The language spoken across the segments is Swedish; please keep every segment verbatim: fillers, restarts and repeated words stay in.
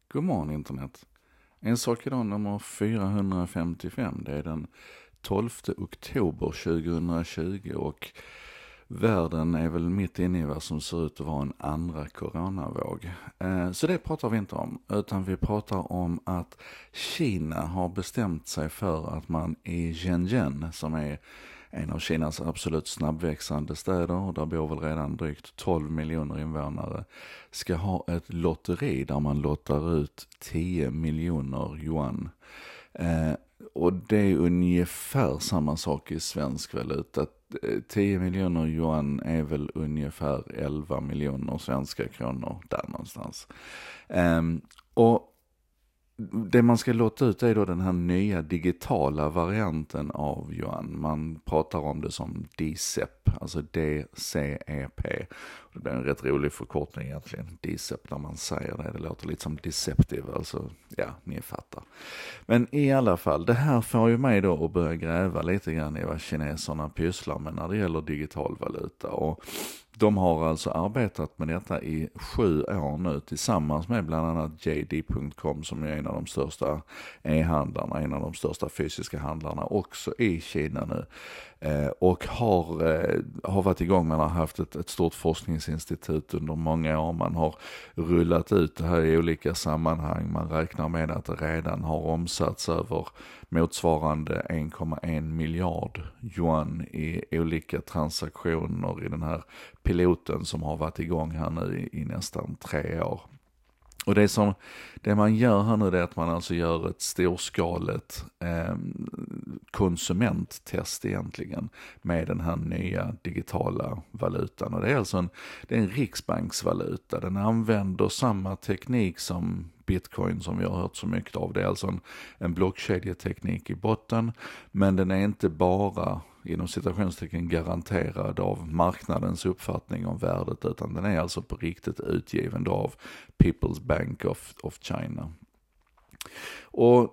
God morgon internet. En sak idag nummer fyrahundrafemtiofem. Det är den tolfte oktober tjugohundratjugo och världen är väl mitt inne i vad som ser ut att vara en andra coronavåg. Eh, så det pratar vi inte om, utan vi pratar om att Kina har bestämt sig för att man i Shenzhen, som är en av Kinas absolut snabbväxande städer, och där bor väl redan drygt tolv miljoner invånare, ska ha ett lotteri där man lottar ut tio miljoner yuan. Eh, och det är ungefär samma sak i svensk valuta. tio miljoner yuan är väl ungefär elva miljoner svenska kronor där någonstans. Eh, och det man ska låta ut är då den här nya digitala varianten av yuan. Man pratar om det som D C E P, alltså D C E P. Det är en rätt rolig förkortning egentligen, D C E P, när man säger det. Det låter lite som deceptive, alltså ja, ni fattar. Men i alla fall, det här får ju mig då att börja gräva lite grann i vad kineserna pysslar med när det gäller digital valuta. Och de har alltså arbetat med detta i sju år nu tillsammans med bland annat J D punkt com, som är en av de största e-handlarna, en av de största fysiska handlarna också i Kina nu. Eh, och har, eh, har varit igång, man har haft ett, ett stort forskningsinstitut under många år, man har rullat ut det här i olika sammanhang, man räknar med att det redan har omsatts över motsvarande en komma en miljard yuan i olika transaktioner i den här piloten som har varit igång här nu i, i nästan tre år. Och det som det man gör här nu är att man alltså gör ett storskaligt eh, konsumenttest egentligen med den här nya digitala valutan. Och det är alltså en, det är en riksbanksvaluta. Den använder samma teknik som Bitcoin som vi har hört så mycket av. Det är alltså en, en blockkedjeteknik i botten, men den är inte bara inom citationstecken garanterad av marknadens uppfattning om värdet, utan den är alltså på riktigt utgiven då av People's Bank of, of China. Och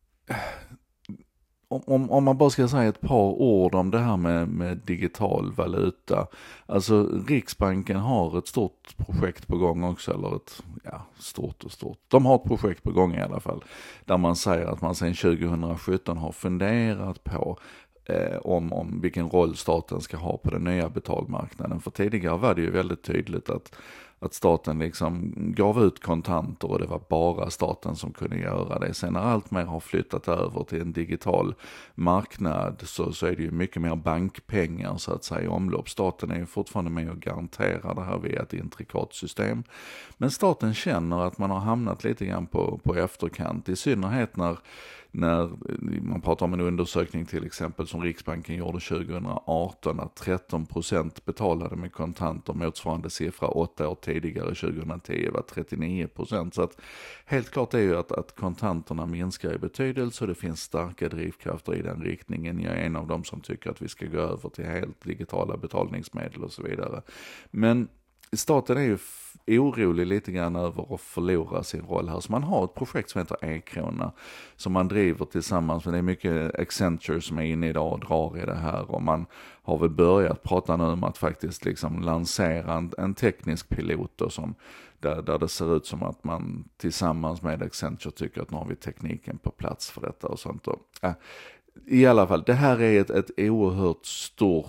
om, om man bara ska säga ett par ord om det här med, med digital valuta. Alltså Riksbanken har ett stort projekt på gång också, eller ett, ja, stort och stort. De har ett projekt på gång i alla fall, där man säger att man sedan tjugohundrasjutton har funderat på Eh, om, om vilken roll staten ska ha på den nya betalmarknaden. För tidigare var det ju väldigt tydligt att, att staten liksom gav ut kontanter och det var bara staten som kunde göra det. Sen när allt mer har flyttat över till en digital marknad så, så är det ju mycket mer bankpengar så att säga i omlopp. Staten är ju fortfarande med och garanterar det här via ett intrikat system. Men staten känner att man har hamnat lite grann på, på efterkant, i synnerhet när När man pratar om en undersökning till exempel som Riksbanken gjorde tjugohundraarton, att tretton procent betalade med kontanter, motsvarande siffra åtta år tidigare tjugohundratio var trettionio procent. Så att helt klart är ju att, att kontanterna minskar i betydelse och det finns starka drivkrafter i den riktningen. Jag är en av dem som tycker att vi ska gå över till helt digitala betalningsmedel och så vidare. Men staten är ju f- orolig lite grann över att förlora sin roll här. Så man har ett projekt som heter E-krona som man driver tillsammans med, det är mycket Accenture som är inne idag och drar i det här. Och man har väl börjat prata nu om att faktiskt liksom lansera en, en teknisk pilot då, som, där, där det ser ut som att man tillsammans med Accenture tycker att nu har vi tekniken på plats för detta och sånt. Och, äh, i alla fall, det här är ett, ett oerhört stort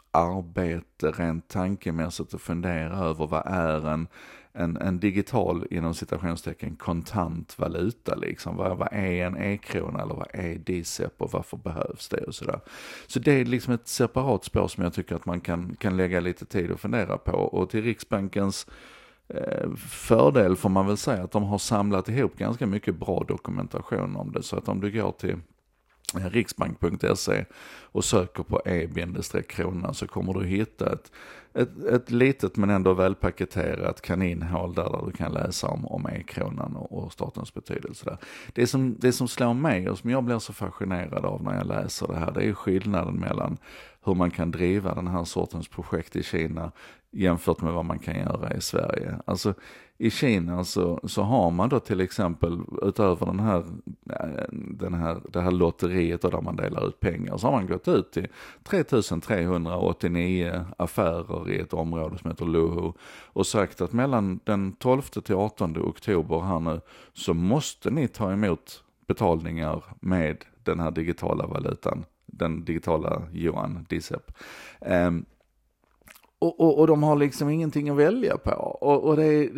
arbete rent tankemässigt att fundera över vad är en, en, en digital inom citationstecken kontantvaluta liksom. Vad, vad är en e-krona eller vad är D C E P och varför behövs det och sådär. Så det är liksom ett separat spår som jag tycker att man kan, kan lägga lite tid och fundera på. Och till Riksbankens eh, fördel får man väl säga att de har samlat ihop ganska mycket bra dokumentation om det. Så att om du går till riksbank punkt se och söker på e-krona så kommer du hitta ett, ett, ett litet men ändå välpaketerat kaninhål där, där du kan läsa om, om e-kronan och, och statens betydelse där. Det som, det som slår mig och som jag blir så fascinerad av när jag läser det här, det är skillnaden mellan hur man kan driva den här sortens projekt i Kina jämfört med vad man kan göra i Sverige. Alltså i Kina så, så har man då till exempel utöver den här den här, det här lotteriet där man delar ut pengar. Så har man gått ut till tre tusen trehundraåttionio affärer i ett område som heter Luhu och sagt att mellan den tolfte till artonde oktober här nu så måste ni ta emot betalningar med den här digitala valutan, den digitala yuan, D I C E P. Um, och, och, och de har liksom ingenting att välja på. Och, och det är...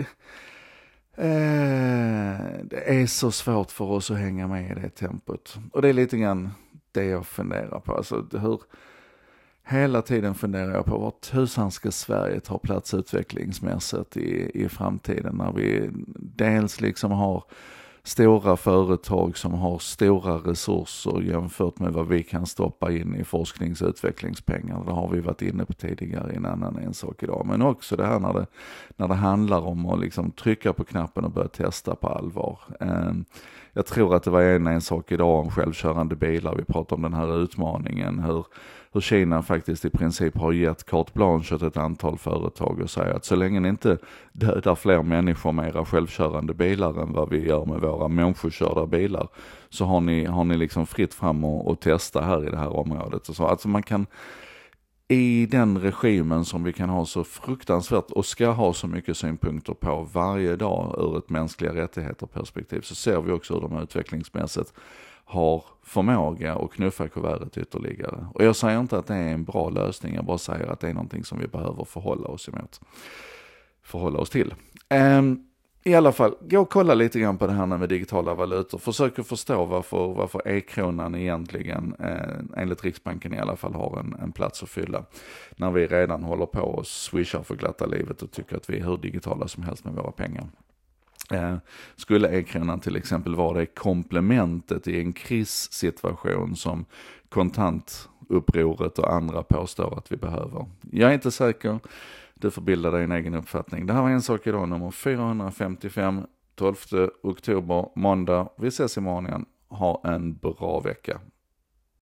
Eh, det är så svårt för oss att hänga med i det tempot. Och det är lite grann det jag funderar på. Alltså hur hela tiden funderar jag på var tusan ska Sverige ta plats utvecklingsmässigt i, i framtiden. När vi dels liksom har stora företag som har stora resurser jämfört med vad vi kan stoppa in i forsknings- och utvecklingspengar. Det har vi varit inne på tidigare i en annan en sak idag. Men också det här när det, när det handlar om att liksom trycka på knappen och börja testa på allvar. Jag tror att det var en, en sak idag om självkörande bilar. Vi pratar om den här utmaningen. Hur, hur Kina faktiskt i princip har gett carte blanche åt ett antal företag och säger att så länge ni inte dödar fler människor med era självkörande bilar än vad vi gör med våra människokörda bilar så har ni, har ni liksom fritt fram och, och testa här i det här området. Och så. Alltså man kan i den regimen som vi kan ha så fruktansvärt och ska ha så mycket synpunkter på varje dag ur ett mänskliga rättigheter perspektiv så ser vi också hur de utvecklingsmässigt har förmåga att knuffa kuvertet ytterligare. Och jag säger inte att det är en bra lösning, jag bara säger att det är någonting som vi behöver förhålla oss emot. Förhålla oss till. Um, I alla fall, gå och kolla lite grann på det här med digitala valutor. Försök att förstå varför, varför e-kronan egentligen, eh, enligt Riksbanken i alla fall, har en, en plats att fylla. När vi redan håller på och swishar för glatta livet och tycker att vi är hur digitala som helst med våra pengar. Eh, skulle e-kronan till exempel vara det komplementet i en krissituation som kontantupproret och andra påstår att vi behöver? Jag är inte säker. Du får bilda dig en egen uppfattning. Det här var En sak idag, nummer fyrahundrafemtiofem, tolfte oktober, måndag. Vi ses imorgon igen. Ha en bra vecka.